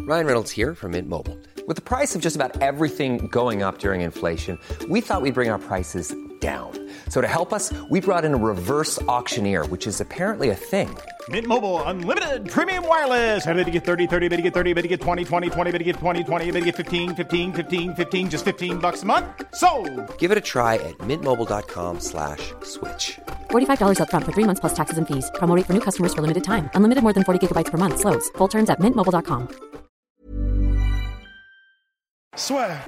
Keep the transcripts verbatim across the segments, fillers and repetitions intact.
Ryan Reynolds here from Mint Mobile. With the price of just about everything going up during inflation, we thought we'd bring our prices down. So to help us, we brought in a reverse auctioneer, which is apparently a thing. Mint Mobile Unlimited Premium Wireless. How to get thirty, thirty, how to get thirty, how to get twenty, twenty, twenty, how to get twenty, twenty, how to get fifteen, fifteen, fifteen, fifteen, just fifteen bucks a month? Sold! Give it a try at mintmobile.com slash switch. forty-five dollars up front for three months plus taxes and fees. Promo rate for new customers for limited time. Unlimited more than forty gigabytes per month. Slows full terms at mint mobile dot com. Soit.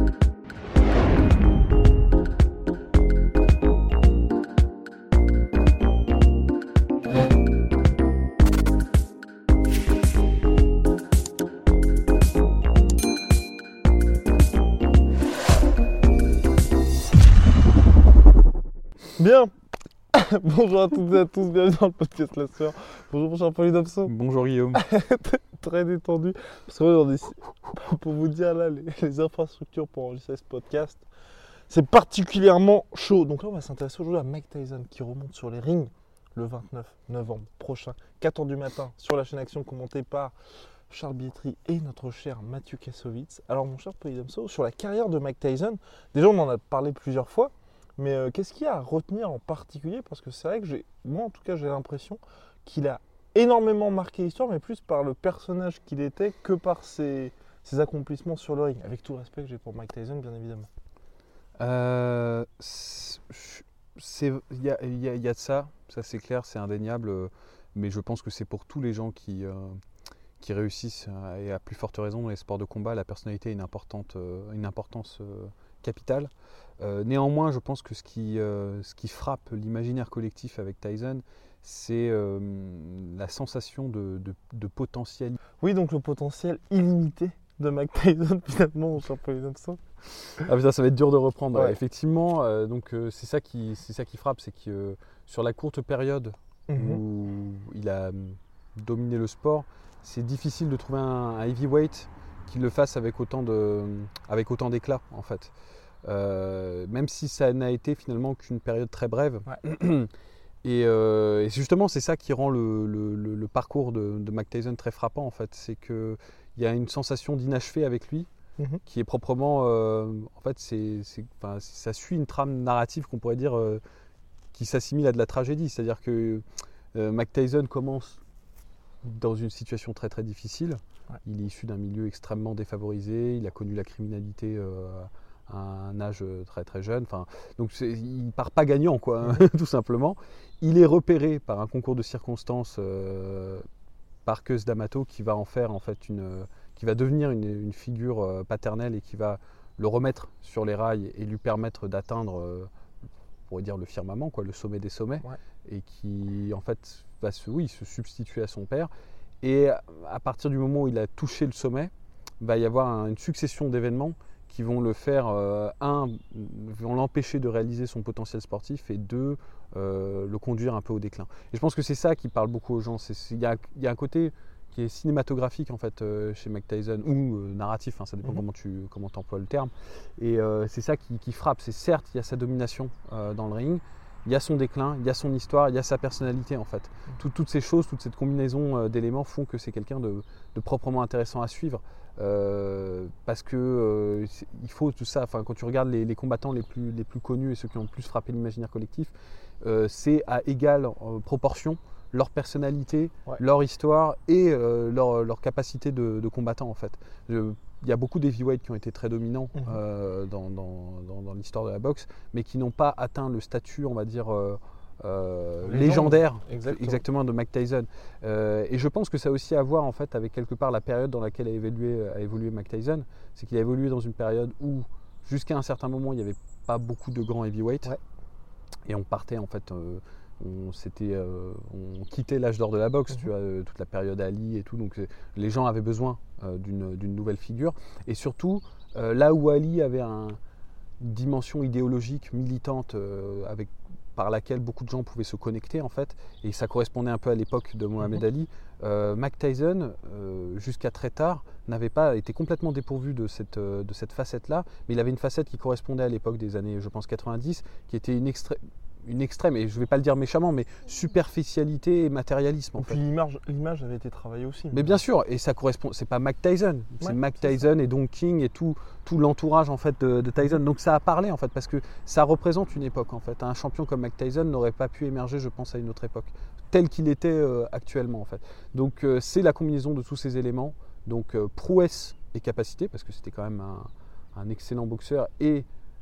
Bien. Bonjour à toutes et à tous, bienvenue dans le podcast La Sueur. Bonjour mon cher Pauline Domso. Bonjour Guillaume. Très détendu. Parce qu'on est ici pour vous dire là les, les infrastructures pour enregistrer ce podcast. C'est particulièrement chaud. Donc là on va s'intéresser aujourd'hui à Mike Tyson qui remonte sur les rings le vingt-neuf novembre prochain, quatre heures du matin, sur la chaîne Action, commentée par Charles Bietri et notre cher Mathieu Kassovitz. Alors mon cher Pauline Domso, sur la carrière de Mike Tyson, déjà on en a parlé plusieurs fois. Mais euh, qu'est-ce qu'il y a à retenir en particulier? Parce que c'est vrai que j'ai, moi en tout cas j'ai l'impression qu'il a énormément marqué l'histoire, mais plus par le personnage qu'il était que par ses, ses accomplissements sur le ring. Avec tout le respect que j'ai pour Mike Tyson, bien évidemment. Euh, c'est, il y a, y a, y a de ça, ça c'est clair, c'est indéniable. Mais je pense que c'est pour tous les gens qui, euh, qui réussissent, et à plus forte raison dans les sports de combat, la personnalité a une, importante, une importance euh, capitale. Euh, néanmoins, je pense que ce qui, euh, ce qui frappe l'imaginaire collectif avec Tyson, c'est euh, la sensation de, de, de potentiel. Oui, donc le potentiel illimité de Mike Tyson, finalement, mon cher Pauline Domso. Ah putain, ça va être dur de reprendre. Ouais. Ouais, effectivement, euh, donc euh, c'est ça qui, c'est ça qui frappe, c'est que euh, sur la courte période Mm-hmm. où il a dominé le sport, c'est difficile de trouver un, un heavyweight qui le fasse avec autant de, avec autant d'éclat en fait. Euh, même si ça n'a été finalement qu'une période très brève. Ouais. Et, euh, et justement, c'est ça qui rend le, le, le, le parcours de, de Mike Tyson très frappant en fait. C'est qu'il y a une sensation d'inachevé avec lui, mm-hmm. qui est proprement, euh, en fait, c'est, c'est, enfin, ça suit une trame narrative qu'on pourrait dire euh, qui s'assimile à de la tragédie. C'est-à-dire que euh, Mike Tyson commence dans une situation très très difficile. Ouais. Il est issu d'un milieu extrêmement défavorisé. Il a connu la criminalité euh, à un âge très très jeune. Enfin, donc c'est, il part pas gagnant quoi, hein, tout simplement. Il est repéré par un concours de circonstances euh, par Cus D'Amato qui va en faire en fait une, qui va devenir une, une figure euh, paternelle et qui va le remettre sur les rails et lui permettre d'atteindre, euh, on pourrait dire le firmament quoi, le sommet des sommets, ouais. Et qui en fait va se, oui, se substituer à son père. Et à partir du moment où il a touché le sommet, va y avoir un, une succession d'événements qui vont le faire, euh, un, vont l'empêcher de réaliser son potentiel sportif et deux, euh, le conduire un peu au déclin. Et je pense que c'est ça qui parle beaucoup aux gens. Il y a, y a un côté qui est cinématographique en fait euh, chez Mike Tyson, ou euh, narratif, hein, ça dépend mm-hmm. comment tu comment emploies le terme. Et euh, c'est ça qui, qui frappe. C'est certes, il y a sa domination euh, dans le ring, il y a son déclin, il y a son histoire, il y a sa personnalité en fait. Mm-hmm. Tout, toutes ces choses, toute cette combinaison euh, d'éléments font que c'est quelqu'un de, de proprement intéressant à suivre. Euh, parce que euh, il faut tout ça, enfin, quand tu regardes les, les combattants les plus, les plus connus et ceux qui ont le plus frappé l'imaginaire collectif, euh, c'est à égale euh, proportion leur personnalité, ouais. leur histoire et euh, leur, leur capacité de, de combattant en fait. Je, il y a beaucoup d'heavyweights qui ont été très dominants mmh. euh, dans, dans, dans, dans l'histoire de la boxe, mais qui n'ont pas atteint le statut, on va dire, euh, Euh, légendaire exactement. exactement de Mike Tyson euh, et je pense que ça a aussi à voir en fait avec quelque part la période dans laquelle a évolué, a évolué Mike Tyson. C'est qu'il a évolué dans une période où jusqu'à un certain moment il n'y avait pas beaucoup de grands heavyweights, ouais. Et on partait en fait euh, on, c'était, euh, on quittait l'âge d'or de la boxe, mm-hmm. tu vois, euh, toute la période Ali et tout, donc euh, les gens avaient besoin euh, d'une, d'une nouvelle figure et surtout euh, là où Ali avait un, une dimension idéologique militante euh, avec par laquelle beaucoup de gens pouvaient se connecter en fait, et ça correspondait un peu à l'époque de Mohamed mmh. Ali. Euh, Mike Tyson, euh, jusqu'à très tard, n'avait pas été complètement dépourvu de cette, euh, de cette facette-là, mais il avait une facette qui correspondait à l'époque des années, je pense, quatre-vingt-dix, qui était une extré- une extrême, et je ne vais pas le dire méchamment, mais superficialité et matérialisme. En Et fait. puis l'image, l'image avait été travaillée aussi. Mais bien sûr, et ça correspond, c'est pas Mike Tyson, c'est Ouais, Mike c'est Tyson et Don King et tout, tout l'entourage en fait de, de Tyson. Donc ça a parlé en fait, parce que ça représente une époque en fait. Un champion comme Mike Tyson n'aurait pas pu émerger, je pense, à une autre époque, tel qu'il était euh, actuellement en fait. Donc euh, c'est la combinaison de tous ces éléments, donc euh, prouesse et capacité, parce que c'était quand même un, un excellent boxeur et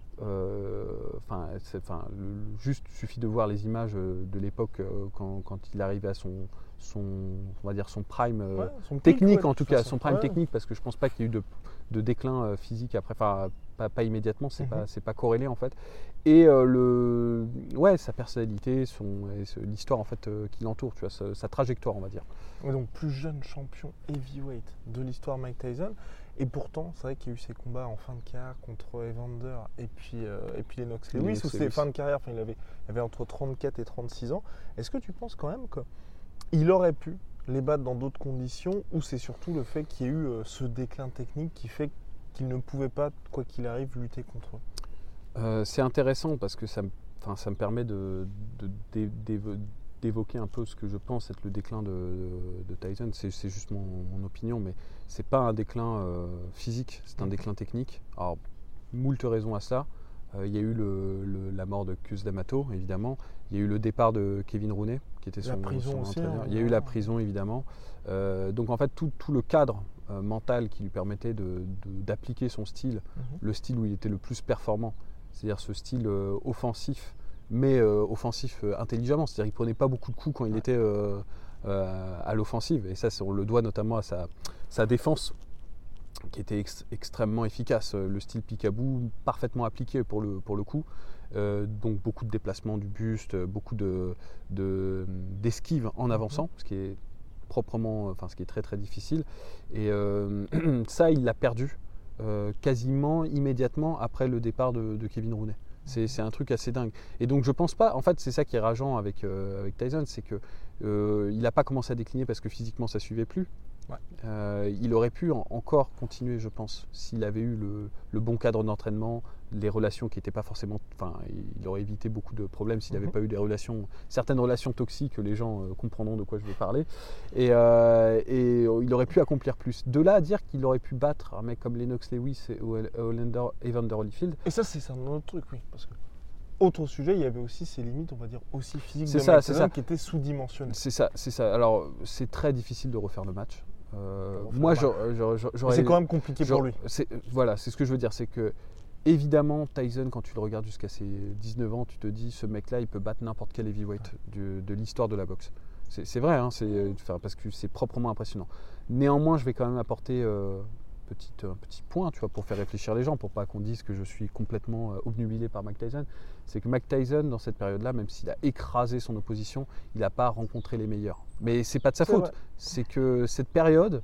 Enfin, euh, juste suffit de voir les images de l'époque euh, quand, quand il arrivait à son, son, on va dire son prime euh, Ouais, son pic, technique ouais, en de tout toute cas, façon. son prime Ouais. technique, parce que je pense pas qu'il y ait eu de, de déclin euh, physique après, enfin pas, pas immédiatement, c'est Mhm. pas, c'est pas corrélé en fait. Et euh, le, ouais, sa personnalité, son, et ce- l'histoire en fait euh, qui l'entoure, tu vois, sa, sa trajectoire on va dire. Ouais, donc plus jeune champion heavyweight de l'histoire Mike Tyson. Et pourtant, c'est vrai qu'il y a eu ces combats en fin de carrière contre Evander et puis, euh, et puis Lennox Lewis, Lennox où c'était Lewis. fin de carrière, enfin, il, avait, il avait entre trente-quatre et trente-six ans. Est-ce que tu penses quand même qu'il aurait pu les battre dans d'autres conditions, ou c'est surtout le fait qu'il y ait eu euh, ce déclin technique qui fait qu'il ne pouvait pas, quoi qu'il arrive, lutter contre eux? Euh, c'est intéressant parce que ça me, enfin, ça me permet de, de- d'é- d'évo- d'évoquer un peu ce que je pense être le déclin de, de- de Tyson. C'est, c'est juste mon, mon opinion, mais c'est pas un déclin euh, physique, c'est un déclin technique. Alors, moult raisons à ça. Euh, il y a eu le- le- la mort de Cus D'Amato, évidemment. Il y a eu le départ de Kevin Rooney, qui était La son, prison son aussi, entraîneur. hein, Il y a eu voilà. la prison, évidemment. Euh, donc, en fait, tout, tout le cadre euh, mental qui lui permettait de- de- d'appliquer son style, Mhm. le style où il était le plus performant, c'est-à-dire ce style euh, offensif, mais euh, offensif euh, intelligemment. C'est-à-dire qu'il prenait pas beaucoup de coups quand il était euh, euh, à l'offensive. Et ça, c'est- on le doit notamment à sa, sa défense, qui était ex- extrêmement efficace. Le style Picaboo, parfaitement appliqué pour le, pour le coup. Euh, donc beaucoup de déplacements du buste, beaucoup de, de- d'esquives en avançant, ce qui est proprement, enfin ce qui est très très difficile. Et euh, ça, il l'a perdu euh, quasiment immédiatement après le départ de, de Kevin Rooney. C'est, c'est un truc assez dingue. Et donc je pense pas, en fait c'est ça qui est rageant avec, euh, avec Tyson, c'est que euh, il n'a pas commencé à décliner parce que physiquement ça suivait plus. Ouais. Euh, il aurait pu en- encore continuer, je pense, s'il avait eu le, le bon cadre d'entraînement, les relations qui n'étaient pas forcément. Enfin, il aurait évité beaucoup de problèmes s'il n'avait Mhm. pas eu des relations, certaines relations toxiques, les gens euh, comprendront de quoi je veux parler. Et, euh, et il aurait pu accomplir plus. De là à dire qu'il aurait pu battre un mec comme Lennox Lewis et Hollander, Evander Holyfield, Et ça, c'est c'est un autre truc, oui. Parce que, autre sujet, il y avait aussi ces limites, on va dire, aussi physiques C'est de ça, Mike c'est Tyson ça. qui étaient sous-dimensionnées. c'est ça, c'est ça. Alors, c'est très difficile de refaire le match. Euh, De refaire moi, le j'aurais, j'aurais- Mais j'aurais- c'est quand même compliqué Genre, pour lui. c'est- voilà, c'est ce que je veux dire, c'est que évidemment Tyson, quand tu le regardes jusqu'à ses dix-neuf ans, tu te dis ce mec-là, il peut battre n'importe quel heavyweight du- de l'histoire de la boxe. C'est, c'est vrai, hein, c'est, enfin, parce que c'est proprement impressionnant. Néanmoins, je vais quand même apporter euh, petite, un petit point, tu vois, pour faire réfléchir les gens, pour pas qu'on dise que je suis complètement euh, obnubilé par Mike Tyson. C'est que Mike Tyson, dans cette période-là, même s'il a écrasé son opposition, il n'a pas rencontré les meilleurs. Mais c'est pas de sa C'est faute. vrai. C'est que cette période,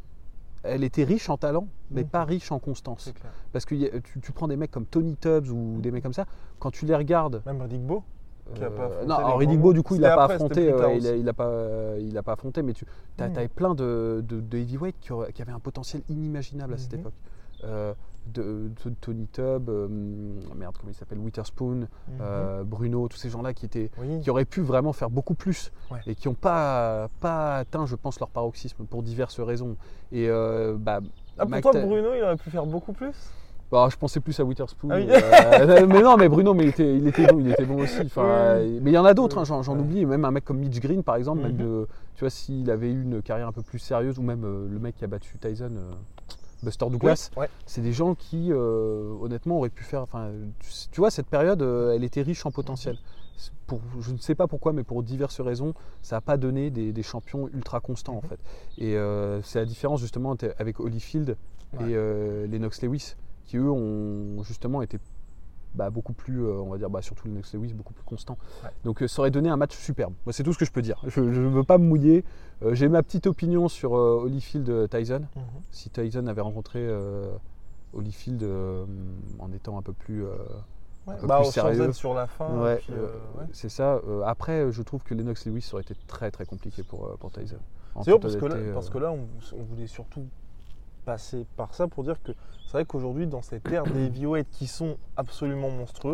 elle était riche en talent, mais Mhm. pas riche en constance. C'est clair. Parce que y a- tu, tu prends des mecs comme Tony Tubbs ou des mecs comme ça, quand tu les regardes. Même Riddick qui a pas euh, affronté non, les alors grands Riddick noms. du coup, il C'était n'a pas après, affronté, c'était plus euh, tard il, a, aussi. il a pas, euh, il a pas affronté, mais tu Mhm. avais plein de, de, de heavyweight qui, auraient- qui avaient un potentiel inimaginable à cette Mhm. époque. Euh, de, de Tony Tubbs, euh, merde, comment il s'appelle, Witherspoon, Mhm. euh, Bruno, tous ces gens-là qui étaient, Oui. qui auraient pu vraiment faire beaucoup plus Ouais. et qui n'ont pas, pas atteint, je pense, leur paroxysme pour diverses raisons. Et euh, bah, Ah, pour Mike toi, Ty- Bruno, il aurait pu faire beaucoup plus? Bah, je pensais plus à Witherspoon. Ah oui. euh, mais non, mais Bruno, mais il était, il était bon, il était bon aussi. Enfin, Oui. mais il y en a d'autres, Oui. hein, j'en, j'en Ouais. oublie. Même un mec comme Mitch Green, par exemple, même Mhm. de, tu vois, s'il avait eu une carrière un peu plus sérieuse, ou même euh, le mec qui a battu Tyson, euh, Buster Douglas, Ouais. c'est des gens qui, euh, honnêtement, auraient pu faire. Enfin, tu, tu vois, cette période, euh, elle était riche en potentiel. C'est Pour, je ne sais pas pourquoi, mais pour diverses raisons, ça n'a pas donné des, des champions ultra constants en Mhm. fait. Et euh, c'est la différence justement t- avec Holyfield Ouais. et euh, Lennox Lewis, qui eux ont justement été bah, beaucoup plus, euh, on va dire, bah, surtout Lennox Lewis, beaucoup plus constant. Ouais. Donc euh, ça aurait donné un match superbe. Moi, c'est tout ce que je peux dire. Je ne veux pas me mouiller. Euh, j'ai ma petite opinion sur euh, Holyfield-Tyson. Mhm. Si Tyson avait rencontré euh, Holyfield euh, en étant un peu plus, euh, Ouais. un peu Bah, plus sans sérieux. être sur la fin. Ouais, et puis, euh, euh, ouais. c'est ça. Euh, après, je trouve que Lennox Lewis aurait été très très compliqué pour, euh, pour Tyson. En C'est vrai toute parce que là, honnêteté, parce euh, que là on, on voulait surtout passer par ça pour dire que c'est vrai qu'aujourd'hui, dans cette ère des heavyweights qui sont absolument monstrueux,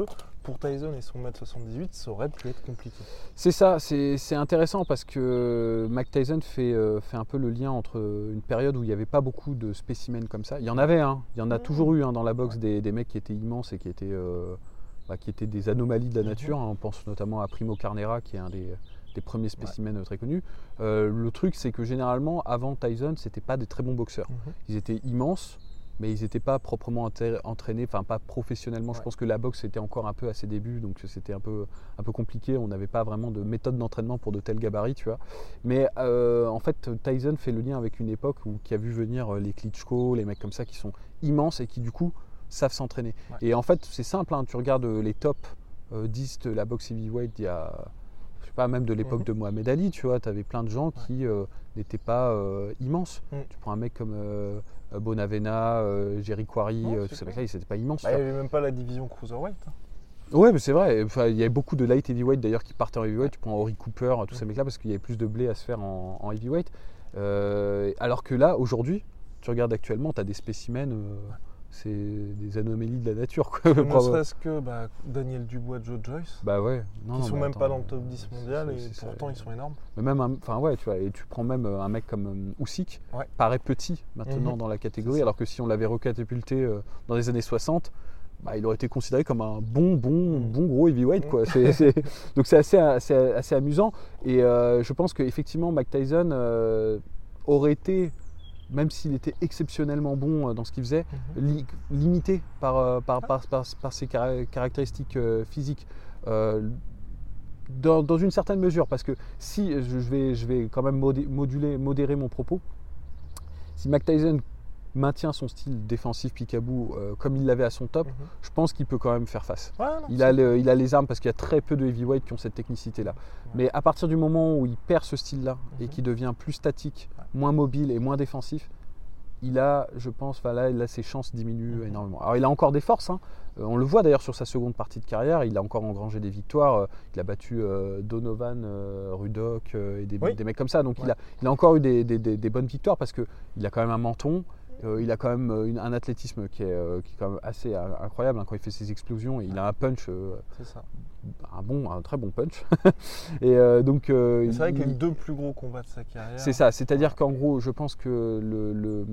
pour Tyson et son un mètre soixante-dix-huit, ça aurait pu être compliqué. C'est ça, c'est, c'est intéressant parce que Mike Tyson fait, euh, fait un peu le lien entre une période où il n'y avait pas beaucoup de spécimens comme ça. Il y en avait, hein, il y en a mmh. toujours eu hein, dans la boxe ouais. des, des mecs qui étaient immenses et qui étaient, euh, bah, qui étaient des anomalies de la nature. Mmh. Hein. On pense notamment à Primo Carnera qui est un des, des premiers spécimens ouais. très connus. Euh, le truc, c'est que généralement, avant Tyson, c'était pas des très bons boxeurs. Mmh. Ils étaient immenses, mais ils n'étaient pas proprement entraînés, enfin pas professionnellement. Ouais. Je pense que la boxe était encore un peu à ses débuts, donc c'était un peu, un peu compliqué. On n'avait pas vraiment de méthode d'entraînement pour de tels gabarits, tu vois. Mais euh, en fait, Tyson fait le lien avec une époque où, qui a vu venir les Klitschko, les mecs comme ça qui sont immenses et qui du coup savent s'entraîner. Ouais. Et en fait, c'est simple, hein, tu regardes les top euh, dix de la boxe heavyweight il y a... je sais pas, même de l'époque mmh. de Mohamed Ali, tu vois, tu avais plein de gens qui euh, n'étaient pas euh, immenses. Mmh. Tu prends un mec comme euh, Bonavena, euh, Jerry Quarry, oh, euh, tous ces mecs-là, ils n'étaient pas immenses. Bah, il n'y avait même pas la division cruiserweight. Hein. Ouais, mais c'est vrai. Enfin, il y avait beaucoup de light heavyweight d'ailleurs qui partaient en heavyweight. Tu prends Horry Cooper, tous mmh. ces mecs-là, parce qu'il y avait plus de blé à se faire en, en heavyweight. Euh, alors que là, aujourd'hui, tu regardes actuellement, tu as des spécimens. Euh, c'est des anomalies de la nature. Quoi. Ne serait-ce que bah, Daniel Dubois, Joe Joyce, bah ouais. non, qui ne sont même attends, pas dans le top dix mondial c'est, c'est, et pourtant c'est, ils sont énormes. Mais même, enfin ouais, tu vois, et tu prends même un mec comme um, Usyk, ouais. paraît petit maintenant mmh. dans la catégorie, alors que si on l'avait recatapulté euh, dans les années soixante, bah, il aurait été considéré comme un bon, bon, mmh. bon gros heavyweight. Quoi. C'est, c'est... Donc c'est assez, assez, assez amusant. Et euh, je pense qu'effectivement, Mike Tyson euh, aurait été, même s'il était exceptionnellement bon dans ce qu'il faisait, mmh. li- limité par, par, par, par, par ses caractéristiques euh, physiques. Euh, dans, dans une certaine mesure, parce que si, je vais, je vais quand même modé, moduler, modérer mon propos, si Mike Tyson maintient son style défensif peekaboo euh, comme il l'avait à son top, mmh. je pense qu'il peut quand même faire face. Ouais, non, il, a le, il a les armes parce qu'il y a très peu de heavyweight qui ont cette technicité-là. Ouais. Mais à partir du moment où il perd ce style-là mmh. et qu'il devient plus statique, ouais. moins mobile et moins défensif, il a, je pense, là, là ses chances diminuent mmh. énormément. Alors il a encore des forces, hein. euh, on le voit d'ailleurs sur sa seconde partie de carrière, il a encore engrangé des victoires, euh, il a battu euh, Donovan, euh, Rudock euh, et des, oui. des mecs comme ça, donc ouais. il, a, il a encore eu des, des, des, des bonnes victoires parce qu'il a quand même un menton. Euh, il a quand même une, un athlétisme qui est, euh, qui est quand même assez euh, incroyable hein, quand il fait ses explosions. Et il a un punch, euh, c'est ça. un bon, un très bon punch. et euh, donc, euh, c'est vrai il, qu'il y a eu deux plus gros combats de sa carrière. C'est ça. C'est-à-dire ouais. qu'en gros, je pense que le, le,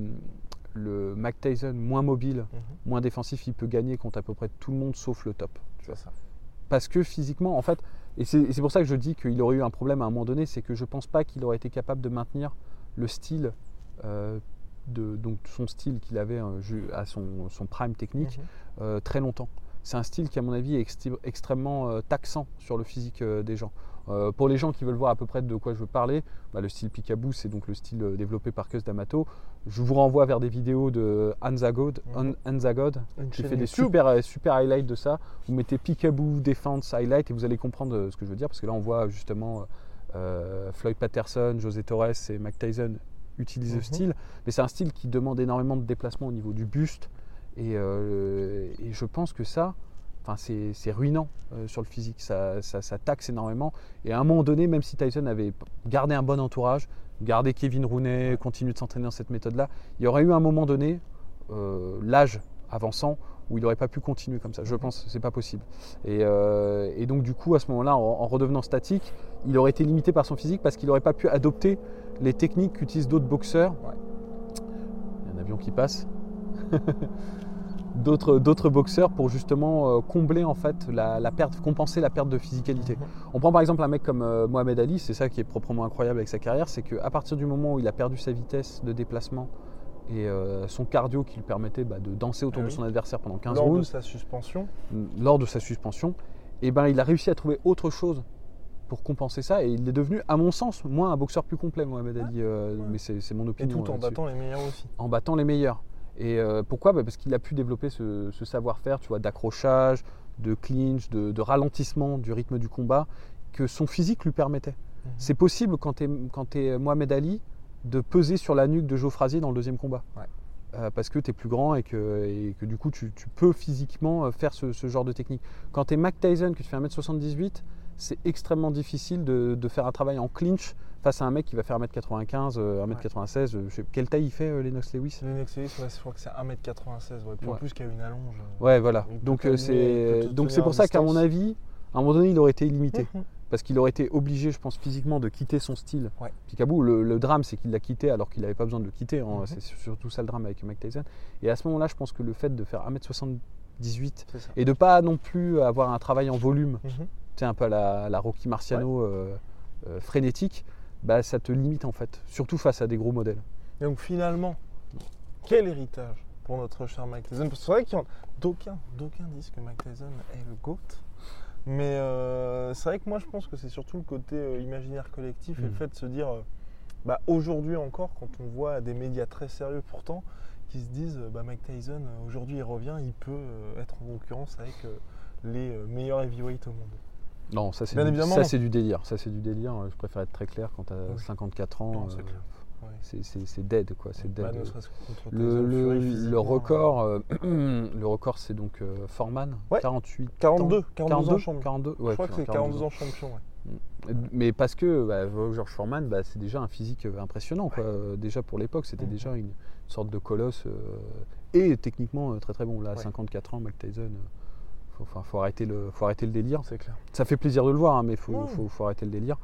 le Mike Tyson moins mobile, mm-hmm. moins défensif, il peut gagner contre à peu près tout le monde sauf le top. Tu vois. Ça. Parce que physiquement, en fait, et c'est, et c'est pour ça que je dis qu'il aurait eu un problème à un moment donné, c'est que je pense pas qu'il aurait été capable de maintenir le style. Euh, De, donc son style qu'il avait euh, à son, son prime technique mmh. euh, très longtemps. C'est un style qui à mon avis est ext- extrêmement euh, taxant sur le physique euh, des gens. Euh, pour les gens qui veulent voir à peu près de quoi je veux parler, bah, le style peekaboo c'est donc le style euh, développé par Cus D'Amato. Je vous renvoie vers des vidéos de Hansa God, mmh. Hansa God qui fait des super, super highlights de ça. Vous mettez peekaboo defense highlight et vous allez comprendre ce que je veux dire parce que là on voit justement euh, Floyd Patterson, José Torres et Mike Tyson utiliser mmh. ce style, mais c'est un style qui demande énormément de déplacement au niveau du buste et, euh, et je pense que ça enfin, c'est, c'est ruinant euh, sur le physique, ça, ça, ça taxe énormément et à un moment donné, même si Tyson avait gardé un bon entourage, gardé Kevin Rooney, continué de s'entraîner dans cette méthode là, il y aurait eu un moment donné euh, l'âge avançant où il n'aurait pas pu continuer comme ça, je pense que c'est pas possible et, euh, et donc du coup à ce moment là en, en redevenant statique il aurait été limité par son physique parce qu'il n'aurait pas pu adopter les techniques qu'utilisent d'autres boxeurs. Ouais. Il y a un avion qui passe. d'autres, d'autres boxeurs pour justement euh, combler en fait la, la perte, compenser la perte de physicalité. On prend par exemple un mec comme euh, Mohamed Ali, c'est ça qui est proprement incroyable avec sa carrière, c'est qu'à partir du moment où il a perdu sa vitesse de déplacement et euh, son cardio qui lui permettait bah, de danser autour ah oui. de son adversaire pendant quinze lors rounds. Lors de sa suspension. Lors de sa suspension, et ben il a réussi à trouver autre chose pour compenser ça et il est devenu, à mon sens, moi un boxeur plus complet, Mohamed Ali, euh, ouais. mais c'est, c'est mon opinion. Et tout en là-dessus. battant les meilleurs aussi. En battant les meilleurs. Et euh, pourquoi bah Parce qu'il a pu développer ce, ce savoir-faire, tu vois, d'accrochage, de clinch, de, de ralentissement du rythme du combat que son physique lui permettait. Mmh. C'est possible quand tu es quand t'es Mohamed Ali de peser sur la nuque de Joe Frazier dans le deuxième combat. Ouais. Euh, parce que tu es plus grand et que, et que du coup tu, tu peux physiquement faire ce, ce genre de technique. Quand tu es Mike Tyson, que tu fais un mètre soixante-dix-huit, c'est extrêmement difficile de, de faire un travail en clinch face à un mec qui va faire un mètre quatre-vingt-quinze, euh, un mètre quatre-vingt-seize. Euh, je sais- quelle taille il fait, euh, Lennox Lewis? Lennox Lewis, ouais, je crois que c'est un mètre quatre-vingt-seize. Ouais. Puis Ouais. en plus, qu'il y a une allonge. euh, Ouais, voilà. il peut Donc, t'aligner, euh, c'est, il peut te donc c'est tenir pour à ça qu'à mon distance. avis, à un moment donné, il aurait été illimité. Mhm. Parce qu'il aurait été obligé, je pense, physiquement de quitter son style. Ouais. Picaboo, le, le drame, c'est qu'il l'a quitté alors qu'il n'avait pas besoin de le quitter. Hein. Mhm. C'est surtout ça le drame avec Mike Tyson. Et à ce moment-là, je pense que le fait de faire un mètre soixante-dix-huit C'est ça. et de pas non plus avoir un travail en volume, Mhm. tu sais, un peu à la, la Rocky Marciano euh, euh, frénétique, bah, ça te limite en fait, surtout face à des gros modèles. Et donc finalement, quel héritage pour notre cher Mike Tyson? Parce que c'est vrai qu'il y en d'aucuns, d'aucuns disent que Mike Tyson est le GOAT. Mais euh, c'est vrai que moi je pense que c'est surtout le côté euh, imaginaire collectif et Mm. le fait de se dire, euh, bah, aujourd'hui encore, quand on voit des médias très sérieux pourtant, qui se disent, euh, bah, Mike Tyson, euh, aujourd'hui il revient, il peut euh, être en concurrence avec euh, les euh, meilleurs heavyweights au monde. Non, ça c'est, Bien du, évidemment, ça non. c'est du délire. Ça c'est du délire. Je préfère être très clair quand tu as Oui. cinquante-quatre ans. Non, c'est euh, clair. Ouais. c'est, c'est, c'est dead quoi. C'est Bah, dead. ne serait-ce que contre Le, Tyson le- Fury, le physiquement, record, euh, le record c'est donc euh, Foreman, Ouais. quarante-huit quarante-deux, ans. quarante-deux ans champion. quarante-deux, Je ouais, crois que c'est quarante-deux quarante-deux ans champion. Ouais. Mais parce que bah, George Foreman, bah, c'est déjà un physique euh, impressionnant. Quoi. Euh, Déjà pour l'époque, c'était Mhm. déjà une sorte de colosse euh, et techniquement euh, très très bon. Là, à Ouais. cinquante-quatre ans, Mike Tyson, euh, faut, enfin, faut, arrêter le, faut arrêter le délire. C'est clair. Ça fait plaisir de le voir, hein, mais il faut, Ouais. faut, faut arrêter le délire.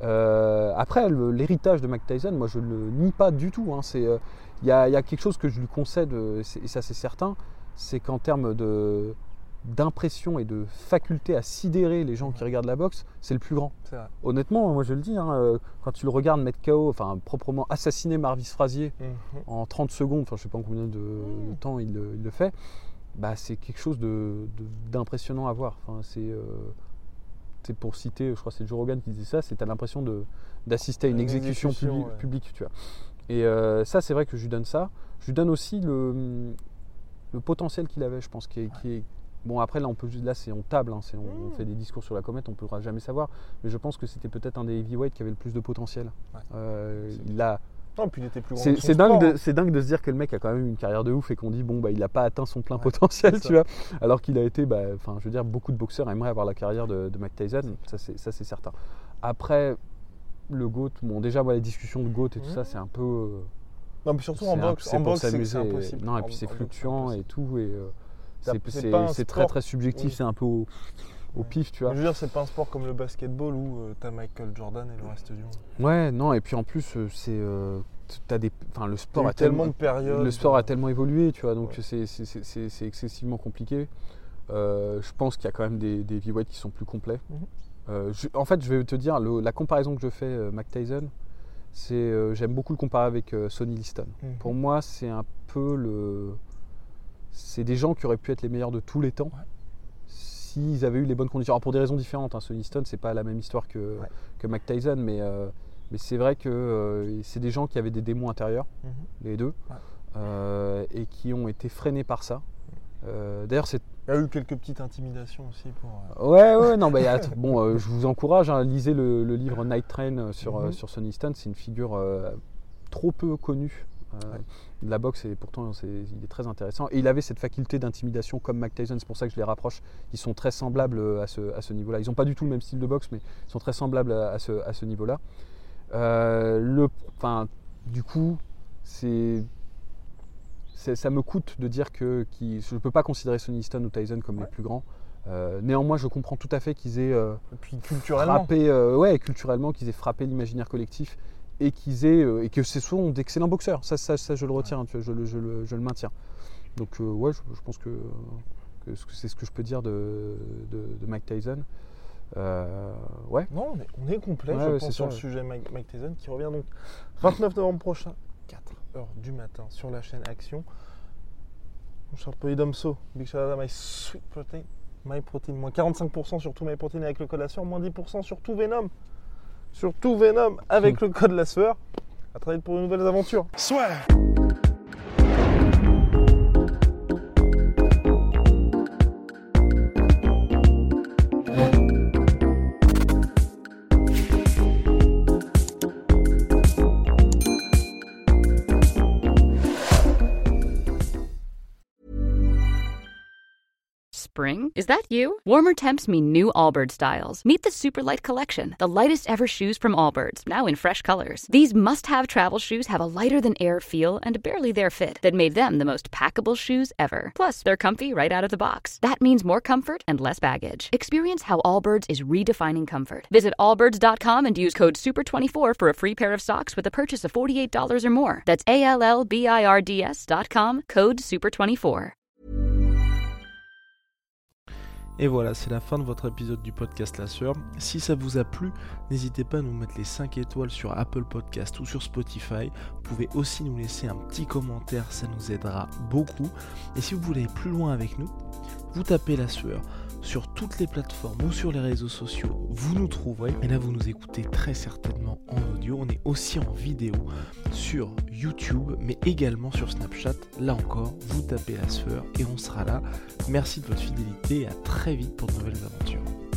Euh, après, le- l'héritage de Mike Tyson, moi je ne le nie pas du tout. hein. C'est, euh, Il y, a, il y a quelque chose que je lui concède, euh, c'est- et ça c'est certain, c'est qu'en termes de, d'impression et de faculté à sidérer les gens qui regardent la boxe, c'est le plus grand. C'est vrai. Honnêtement, moi je le dis, hein, euh, quand tu le regardes mettre K O, enfin proprement assassiner Marvis Frazier Mhm. en trente secondes, enfin je sais pas en combien de, de temps il, le- il le fait, bah, c'est quelque chose de, de- d'impressionnant à voir. Enfin, c'est, euh, c'est pour citer, je crois que c'est Joe Rogan qui disait ça, c'est t'as l'impression de, d'assister à une, Une exécution, exécution, publi- ouais. publique. Tu vois. Et euh, ça, c'est vrai que je lui donne ça. Je lui donne aussi le, le potentiel qu'il avait, je pense, qui est, qui est- bon après là on peut là c'est on table, hein, c'est, on, on fait des discours sur la comète, on ne pourra jamais savoir, mais je pense que c'était peut-être un des heavyweights qui avait le plus de potentiel. Ouais. Euh, C'est- il a, Non, puis il était plus grand c'est, que son c'est dingue sport, de, hein. c'est dingue de se dire que le mec a quand même une carrière de ouf et qu'on dit bon bah il n'a pas atteint son plein Ouais, potentiel, c'est tu ça. vois, alors qu'il a été, bah, enfin je veux dire beaucoup de boxeurs aimeraient avoir la carrière de, de Mike Tyson, ça c'est, ça c'est certain. Après le GOAT, bon déjà moi les discussions de GOAT et tout Mhm. ça c'est un peu euh, Non, mais surtout c'est en un- boxe, c'est en pour boxe, c'est, s'amuser. c'est impossible. Non, et En- puis c'est en boxe, fluctuant et impossible. tout. Et, euh, C'est- c'est, c'est c'est- pas un c'est très sport. très subjectif, Oui. c'est un peu au, au Ouais. pif, tu Mais vois. je veux dire, c'est pas un sport comme le basketball où euh, t'as Michael Jordan et le reste du monde. Ouais, non, et puis en plus, euh, c'est. euh, t'as des, enfin, le Il y sport a a eu tellement tellement, de périodes. le sport a euh, tellement évolué, tu vois, donc Ouais. c'est, c'est, c'est- c'est- c'est excessivement compliqué. Euh, je pense qu'il y a quand même des, des heavyweights qui sont plus complets. Mhm. Euh, je- en fait, je vais te dire, le- la comparaison que je fais, euh, Mike Tyson, c'est, euh, j'aime beaucoup le comparer avec euh, Sonny Liston. Mhm. Pour moi, c'est un peu le. C'est des gens qui auraient pu être les meilleurs de tous les temps Ouais. s'ils avaient eu les bonnes conditions. Alors pour des raisons différentes, hein, Sonny Liston, c'est pas la même histoire que, Ouais. que Mike Tyson, mais, euh, mais c'est vrai que euh, c'est des gens qui avaient des démons intérieurs, Mhm. les deux, Ouais. euh, et qui ont été freinés par ça. Euh, d'ailleurs, c'est Il y a eu quelques petites intimidations aussi pour. euh, Ouais, ouais, non, bah, y a- bon, euh, je vous encourage, hein, lisez le, le livre Night Train euh, sur, euh, Mhm. sur Sonny Liston. C'est une figure euh, trop peu connue euh, Ouais. de la boxe et pourtant c'est, il est très intéressant. Et il avait cette faculté d'intimidation comme Mike Tyson, c'est pour ça que je les rapproche. Ils sont très semblables euh, à ce, à ce niveau-là. Ils n'ont pas du tout le même style de boxe, mais ils sont très semblables à, à ce, à ce niveau-là. Euh, le, enfin, du coup, c'est. C'est- ça me coûte de dire que qui, je ne peux pas considérer Sonny Liston ou Tyson comme Ouais. les plus grands. Euh, néanmoins, je comprends tout à fait qu'ils aient euh, Et puis culturellement. frappé, euh, ouais, culturellement, qu'ils aient frappé l'imaginaire collectif et qu'ils aient euh, et que ce sont d'excellents boxeurs. Ça, ça, ça je le retiens, tu vois, je, le- je le- je le maintiens. Donc, euh, ouais, je, je pense que, que c'est ce que je peux dire de, de, de Mike Tyson. Euh, ouais. Non, on est, on est complet, Ouais, je ouais, pense, c'est sur ça, le ouais. sujet Mike, Mike Tyson qui revient donc vingt-neuf novembre prochain, quatre heures du matin sur la chaîne Action. Mon cher Polydomso, big shout out à My Sweet Protein, My Protein, moins quarante-cinq pour cent sur tout My Protein avec le code la sueur, moins dix pour cent sur tout Venom, sur tout Venom avec le code la sueur. À très vite pour de nouvelles aventures. Soit. Spring? Is that you? Warmer temps mean new Allbirds styles. Meet the Superlight Collection, the lightest ever shoes from Allbirds, now in fresh colors. These must-have travel shoes have a lighter-than-air feel and a barely-there fit that made them the most packable shoes ever. Plus, they're comfy right out of the box. That means more comfort and less baggage. Experience how Allbirds is redefining comfort. Visit allbirds dot com and use code super twenty-four for a free pair of socks with a purchase of forty-eight dollars or more. That's A L L B I R D S dot com, code super twenty-four. Et voilà, c'est la fin de votre épisode du podcast La Sueur. Si ça vous a plu, n'hésitez pas à nous mettre les cinq étoiles sur Apple Podcast ou sur Spotify. Vous pouvez aussi nous laisser un petit commentaire, ça nous aidera beaucoup. Et si vous voulez aller plus loin avec nous, vous tapez La Sueur sur toutes les plateformes ou sur les réseaux sociaux, vous nous trouverez. Et là, vous nous écoutez très certainement en audio. On est aussi en vidéo sur YouTube, mais également sur Snapchat. Là encore, vous tapez La Sueur et on sera là. Merci de votre fidélité et à très vite pour de nouvelles aventures.